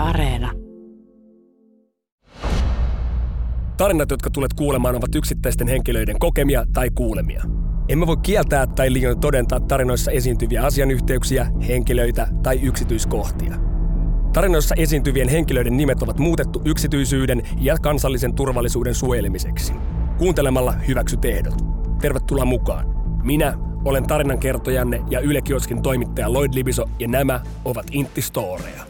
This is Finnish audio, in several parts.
Areena. Tarinat, jotka tulet kuulemaan, ovat yksittäisten henkilöiden kokemia tai kuulemia. Emme voi kieltää tai liioin todentaa tarinoissa esiintyviä asianyhteyksiä, henkilöitä tai yksityiskohtia. Tarinoissa esiintyvien henkilöiden nimet ovat muutettu yksityisyyden ja kansallisen turvallisuuden suojelemiseksi. Kuuntelemalla hyväksyt ehdot. Tervetuloa mukaan. Minä olen tarinankertojanne ja Yle Kioskin toimittaja Lloyd Libiso ja nämä ovat Intti Storeja.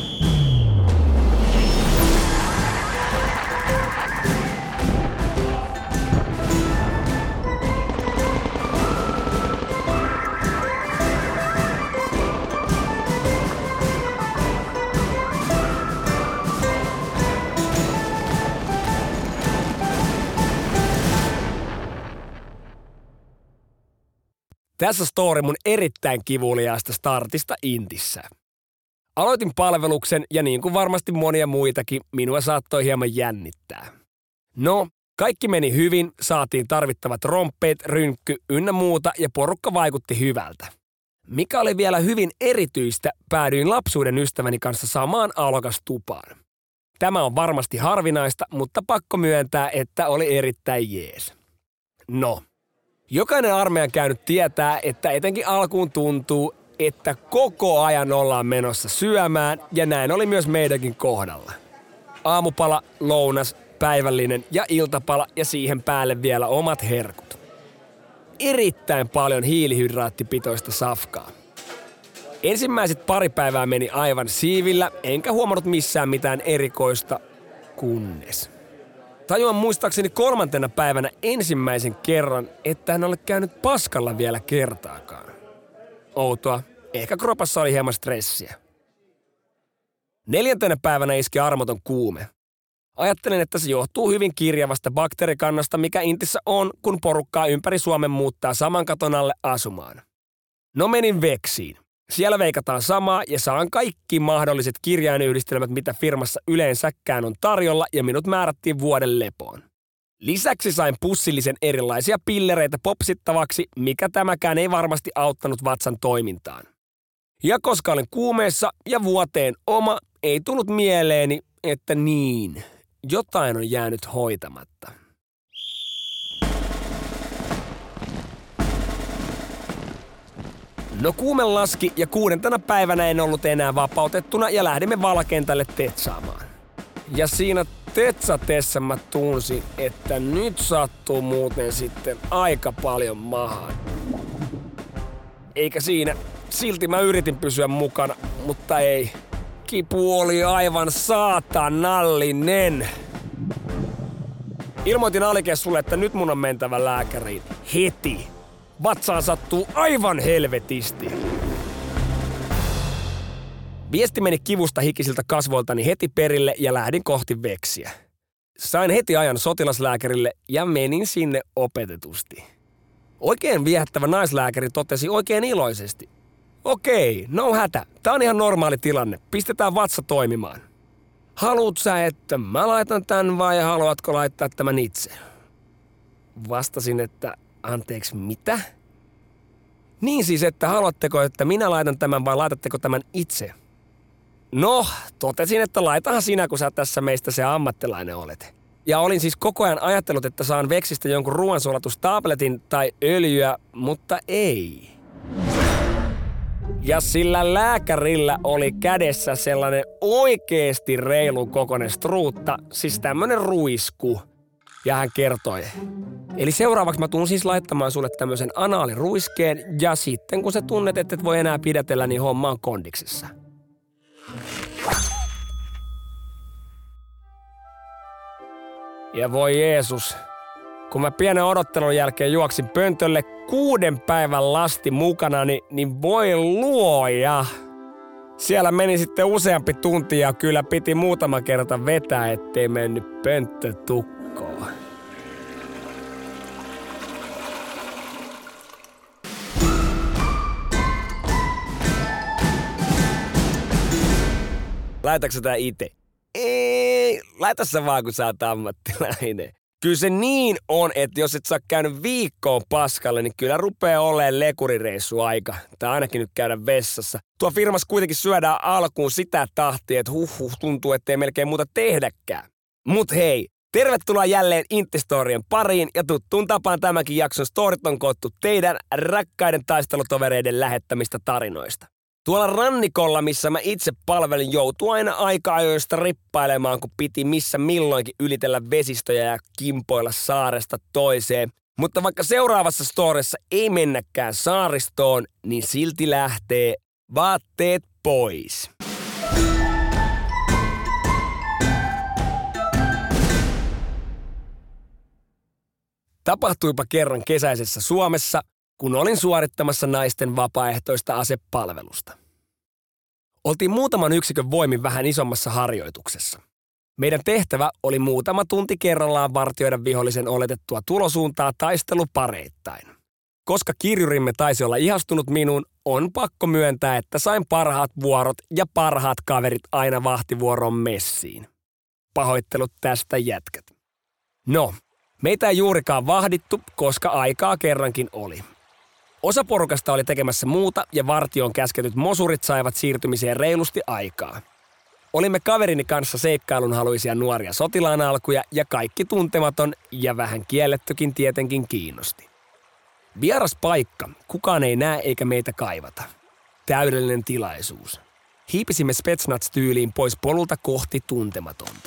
Tässä story mun erittäin kivuliaasta startista Intissä. Aloitin palveluksen ja niin kuin varmasti monia muitakin, minua saattoi hieman jännittää. No, kaikki meni hyvin, saatiin tarvittavat romppeet, rynkky ynnä muuta ja porukka vaikutti hyvältä. Mikä oli vielä hyvin erityistä, päädyin lapsuuden ystäväni kanssa samaan alokastupaan. Tämä on varmasti harvinaista, mutta pakko myöntää, että oli erittäin jees. No. Jokainen armeijan käynyt tietää, että etenkin alkuun tuntuu, että koko ajan ollaan menossa syömään ja näin oli myös meidänkin kohdalla. Aamupala, lounas, päivällinen ja iltapala ja siihen päälle vielä omat herkut. Erittäin paljon hiilihydraattipitoista safkaa. Ensimmäiset pari päivää meni aivan siivillä, enkä huomannut missään mitään erikoista, kunnes tajuan muistaakseni 3. päivänä ensimmäisen kerran, että hän ole käynyt paskalla vielä kertaakaan. Outoa, ehkä kropassa oli hieman stressiä. 4. päivänä iski armoton kuume. Ajattelin, että se johtuu hyvin kirjavasta bakteerikannasta, mikä Intissä on, kun porukkaa ympäri Suomen muuttaa saman katon alle asumaan. No menin Veksiin. Siellä veikataan samaa ja saan kaikki mahdolliset kirjainyhdistelmät, mitä firmassa yleensäkään on tarjolla ja minut määrättiin vuoden lepoon. Lisäksi sain pussillisen erilaisia pillereitä popsittavaksi, mikä tämäkään ei varmasti auttanut vatsan toimintaan. Ja koska olen kuumeessa ja vuoteen oma, ei tullut mieleeni, että niin, jotain on jäänyt hoitamatta. No kuume laski ja 6. päivänä en ollut enää vapautettuna ja lähdimme valakentälle tetsaamaan. Ja siinä tetsatessa mä tunsin, että nyt sattuu muuten sitten aika paljon mahaan. Eikä siinä, silti mä yritin pysyä mukana, mutta ei. Kipu oli aivan saatanallinen. Ilmoitin Alikessulle, että nyt mun on mentävä lääkäriin. Heti. Vatsaan sattuu aivan helvetisti. Viesti meni kivusta hikisiltä kasvoiltani heti perille ja lähdin kohti Veksiä. Sain heti ajan sotilaslääkärille ja menin sinne opetetusti. Oikein viehättävä naislääkäri totesi oikein iloisesti. Okei, no hätä. Tää on ihan normaali tilanne. Pistetään vatsa toimimaan. Haluut sä, että mä laitan tän vai haluatko laittaa tämän itse? Vastasin, että anteeksi, mitä? Niin siis, että haluatteko, että minä laitan tämän vai laitatteko tämän itse? No, totesin, että laitahan sinä, kun sä tässä meistä se ammattilainen olet. Ja olin siis koko ajan ajatellut, että saan Veksistä jonkun ruoansulatustabletin tai öljyä, mutta ei. Ja sillä lääkärillä oli kädessä sellainen oikeesti reilun kokoinen struutta, siis tämmönen ruisku. Ja hän kertoi. Eli seuraavaksi mä tuun siis laittamaan sulle tämmöisen anaaliruiskeen ja sitten kun sä tunnet, että et voi enää pidätellä, niin homma on kondiksessa. Ja voi Jeesus, kun mä pienen odottelun jälkeen juoksin pöntölle 6 päivän lasti mukanani, niin voi luoja. Siellä meni sitten useampi tunti ja kyllä piti muutama kerta vetää, ettei mennyt pönttö tukkoon. Laitatko tää ite? Ei, laita sä vaan kun sä oot ammattilainen. Kyllä se niin on, että jos et saa käynyt viikkoon paskalle, niin kyllä rupeaa olemaan lekurireissu aika. Tai ainakin nyt käydä vessassa. Tuo firmassa kuitenkin syödään alkuun sitä tahtia, että tuntuu, ettei melkein muuta tehdäkään. Mut hei, tervetuloa jälleen Intti-storien pariin ja tuttuun tapaan tämänkin jakson storit on koottu teidän rakkaiden taistelutovereiden lähettämistä tarinoista. Tuolla rannikolla, missä mä itse palvelin, joutuu aina aika-ajoista rippailemaan, kun piti missä milloinkin ylitellä vesistöjä ja kimpoilla saaresta toiseen. Mutta vaikka seuraavassa storissa ei mennäkään saaristoon, niin silti lähtee vaatteet pois. Tapahtuipa kerran kesäisessä Suomessa, kun olin suorittamassa naisten vapaaehtoista asepalvelusta. Oltiin muutaman yksikön voimin vähän isommassa harjoituksessa. Meidän tehtävä oli muutama tunti kerrallaan vartioida vihollisen oletettua tulosuuntaa taistelupareittain. Koska kirjurimme taisi olla ihastunut minuun, on pakko myöntää, että sain parhaat vuorot ja parhaat kaverit aina vahtivuoron messiin. Pahoittelut tästä jätkät. No, meitä ei juurikaan vahdittu, koska aikaa kerrankin oli. Osa porukasta oli tekemässä muuta ja vartioon käsketyt mosurit saivat siirtymiseen reilusti aikaa. Olimme kaverini kanssa seikkailunhaluisia nuoria sotilaan alkuja ja kaikki tuntematon ja vähän kiellettykin tietenkin kiinnosti. Vieras paikka, kukaan ei näe eikä meitä kaivata. Täydellinen tilaisuus. Hiipisimme Spetsnaz-tyyliin pois polulta kohti tuntematonta.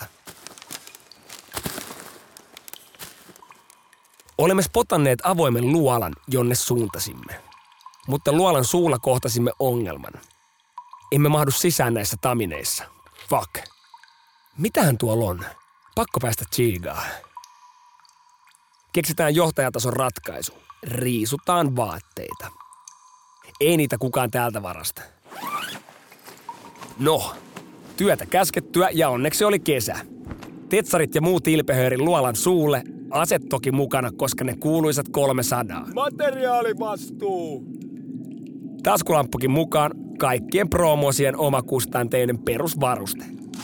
Olemme spotanneet avoimen luolan, jonne suuntasimme. Mutta luolan suulla kohtasimme ongelman. Emme mahdu sisään näissä tamineissa. Fuck. Mitähän tuolla on? Pakko päästä chigaa. Keksitään johtajatason ratkaisu. Riisutaan vaatteita. Ei niitä kukaan täältä varasta. No, työtä käskettyä ja onneksi oli kesä. Tetsarit ja muu tilpehööri luolan suulle, aset toki mukana, koska ne kuuluisat 300. Materiaalivastuu! Taskulamppukin mukaan, kaikkien promoosien omakustanteinen perusvaruste.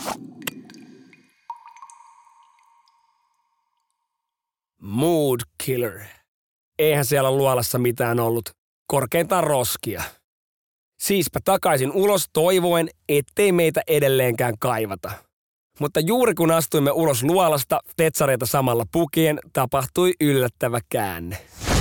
Mood killer. Eihän siellä luolassa mitään ollut, korkeintaan roskia. Siispä takaisin ulos toivoen, ettei meitä edelleenkään kaivata. Mutta juuri kun astuimme ulos luolasta, tetsareita samalla pukien, tapahtui yllättävä käänne.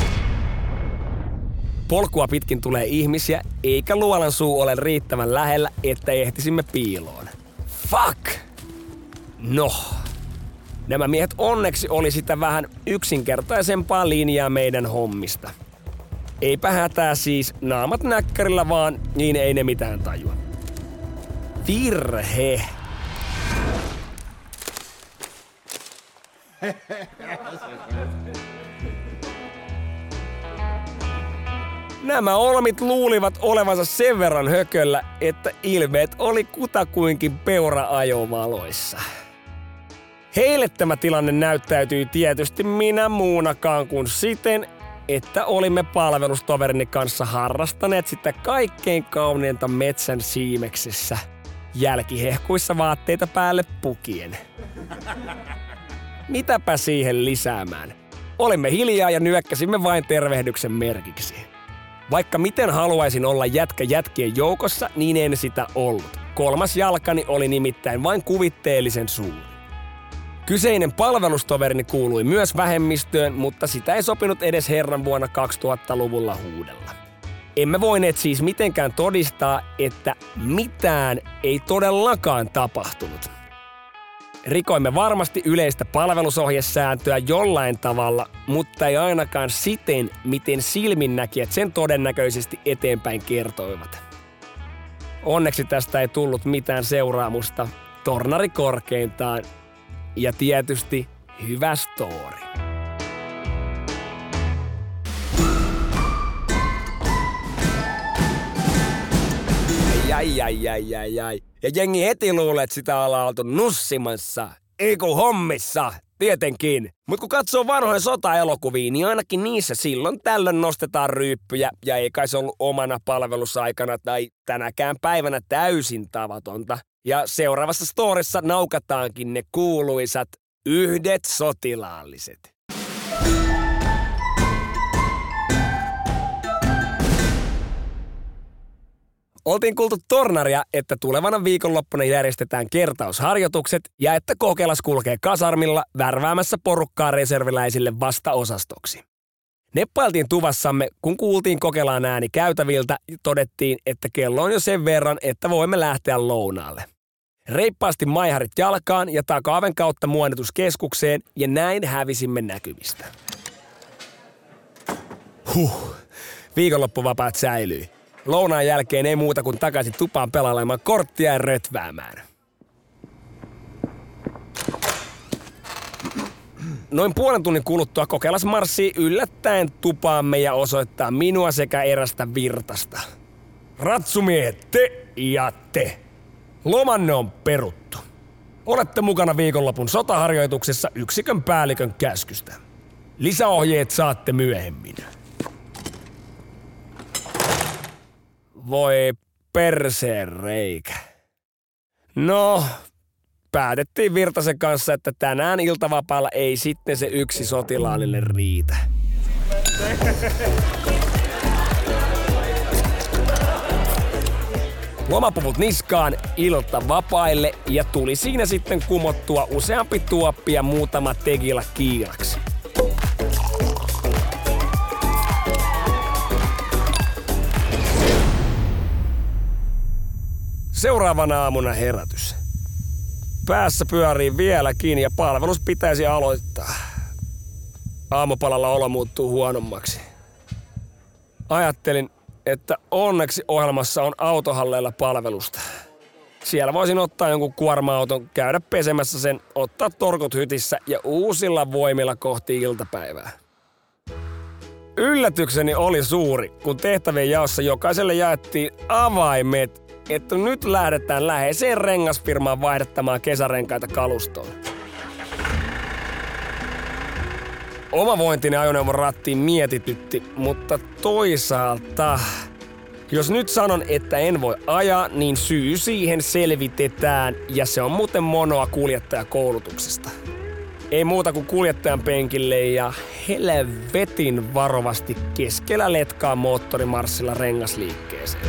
Polkua pitkin tulee ihmisiä, eikä luolan suu ole riittävän lähellä, että ehtisimme piiloon. Fuck! No. Nämä miehet onneksi oli sitä vähän yksinkertaisempaa linjaa meidän hommista. Eipä hätää siis, naamat näkkärillä vaan, niin ei ne mitään tajua. Virhe! Nämä olmit luulivat olevansa sen verran hököllä, että ilmeet oli kutakuinkin peura-ajovaloissa. Heille tämä tilanne näyttäytyi tietysti minä muunakaan kuin siten, että olimme palvelustoverini kanssa harrastaneet sitä kaikkein kauneinta metsän siimeksessä, jälkihehkuissa vaatteita päälle pukien. Mitäpä siihen lisäämään? Olimme hiljaa ja nyökkäsimme vain tervehdyksen merkiksi. Vaikka miten haluaisin olla jätkä jätkien joukossa, niin en sitä ollut. Kolmas jalkani oli nimittäin vain kuvitteellisen suuri. Kyseinen palvelustoverini kuului myös vähemmistöön, mutta sitä ei sopinut edes herran vuonna 2000-luvulla huudella. Emme voineet siis mitenkään todistaa, että mitään ei todellakaan tapahtunut. Rikoimme varmasti yleistä palvelusohjesääntöä jollain tavalla, mutta ei ainakaan siten, miten silminnäkijät sen todennäköisesti eteenpäin kertoivat. Onneksi tästä ei tullut mitään seuraamusta, tornari korkeintaan ja tietysti hyvä story. Ai. Ja jengi heti luulee, että sitä ollaan oltu nussimassa, ei kun hommissa, tietenkin. Mut kun katsoo vanhoja sotaelokuvia, niin ainakin niissä silloin tällöin nostetaan ryyppyjä, ja ei kai se ollut omana palvelusaikana tai tänäkään päivänä täysin tavatonta. Ja seuraavassa storissa naukataankin ne kuuluisat Yhdet sotilaalliset. Oltiin kuultu Tornaria, että tulevana viikonloppuna järjestetään kertausharjoitukset ja että Kokelas kulkee kasarmilla värväämässä porukkaa reserviläisille vastaosastoksi. Neppailtiin tuvassamme, kun kuultiin Kokelaan ääni käytäviltä ja todettiin, että kello on jo sen verran, että voimme lähteä lounaalle. Reippaasti maiharit jalkaan ja takaaven kautta muonituskeskukseen ja näin hävisimme näkyvistä. Viikonloppuvapaat säilyi. Lounaan jälkeen ei muuta kuin takaisin tupaan pelailemaan korttia ja rötväämään. Noin puolen tunnin kuluttua Kokelas marssii yllättäen tupaamme ja osoittaa minua sekä erästä Virtasta. Ratsumiehet, te ja te. Lomanne on peruttu. Olette mukana viikonlopun sotaharjoituksessa yksikön päällikön käskystä. Lisäohjeet saatte myöhemmin. Voi perseen reikä. No, päätettiin Virtasen kanssa, että tänään iltavapaalla ei sitten se yksi sotilaallinen riitä. Lomapuvut niskaan, ilta vapaille ja tuli siinä sitten kumottua useampi tuoppi ja muutama tegila kiiraksi. Seuraavana aamuna herätys. Päässä pyörii vieläkin ja palvelus pitäisi aloittaa. Aamupalalla olo muuttuu huonommaksi. Ajattelin, että onneksi ohjelmassa on autohalleilla palvelusta. Siellä voisin ottaa jonkun kuorma-auton, käydä pesemässä sen, ottaa torkut hytissä ja uusilla voimilla kohti iltapäivää. Yllätykseni oli suuri, kun tehtävien jaossa jokaiselle jaettiin avaimet, että nyt lähdetään läheiseen rengasfirmaan vaihdattamaan kesärenkaita kalustoon. Oma vointini ajoneuvon rattiin mietitytti, mutta toisaalta, jos nyt sanon, että en voi ajaa, niin syy siihen selvitetään ja se on muuten monoa kuljettajakoulutuksesta. Ei muuta kuin kuljettajan penkille ja helvetin varovasti keskellä letkaa moottorimarssilla rengasliikkeeseen.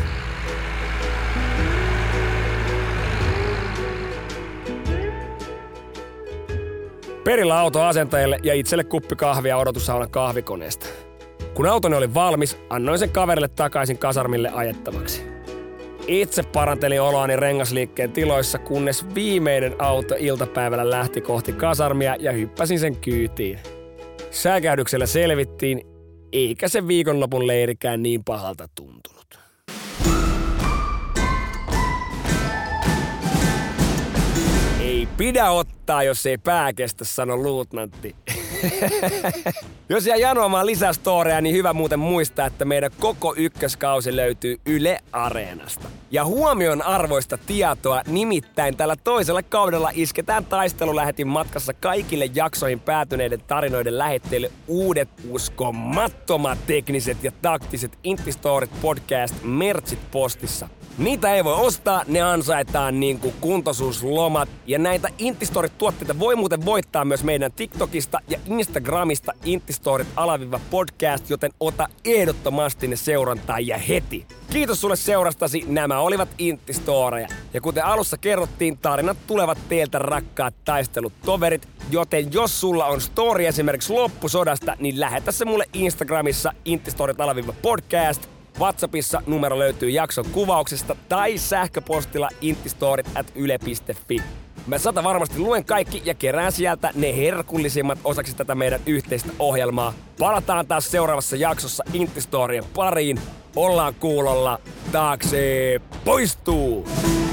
Perillä auto asentajalle ja itselle kuppi kahvia odotussaunan kahvikoneesta. Kun autoni oli valmis, annoin sen kaverille takaisin kasarmille ajettavaksi. Itse parantelin oloani rengasliikkeen tiloissa, kunnes viimeinen auto iltapäivällä lähti kohti kasarmia ja hyppäsin sen kyytiin. Säikähdyksellä selvittiin, eikä se viikonlopun leirikään niin pahalta tuntunut. Ei pidä ottaa, jos ei pää kestä, sano luutnantti. Jos jää janoamaan lisää storeja, niin hyvä muuten muistaa, että meidän koko ykköskausi löytyy Yle Areenasta. Ja huomion arvoista tietoa, nimittäin tällä toisella kaudella isketään taistelulähetin matkassa kaikille jaksoihin päätyneiden tarinoiden lähetteille uudet uskomattomat tekniset ja taktiset Intti-storit podcast-merchit postissa. Niitä ei voi ostaa, ne ansaitaan niinku kuntoisuuslomat. Ja näitä Intti-storit-tuotteita voi muuten voittaa myös meidän TikTokista ja Instagramista Intti-storit_podcast, joten ota ehdottomasti ne seurantaan ja heti. Kiitos sulle seurastasi, nämä olivat Intti-storeja. Ja kuten alussa kerrottiin, tarinat tulevat teiltä rakkaat taistelutoverit, joten jos sulla on story esimerkiksi loppusodasta, niin lähetä se mulle Instagramissa Intti-storit_podcast. WhatsAppissa numero löytyy jakson kuvauksesta tai sähköpostilla inttistorit@yle.fi. Mä varmasti luen kaikki ja kerään sieltä ne herkullisimmat osaksi tätä meidän yhteistä ohjelmaa. Palataan taas seuraavassa jaksossa Intti-storien pariin. Ollaan kuulolla. Taakse poistuu!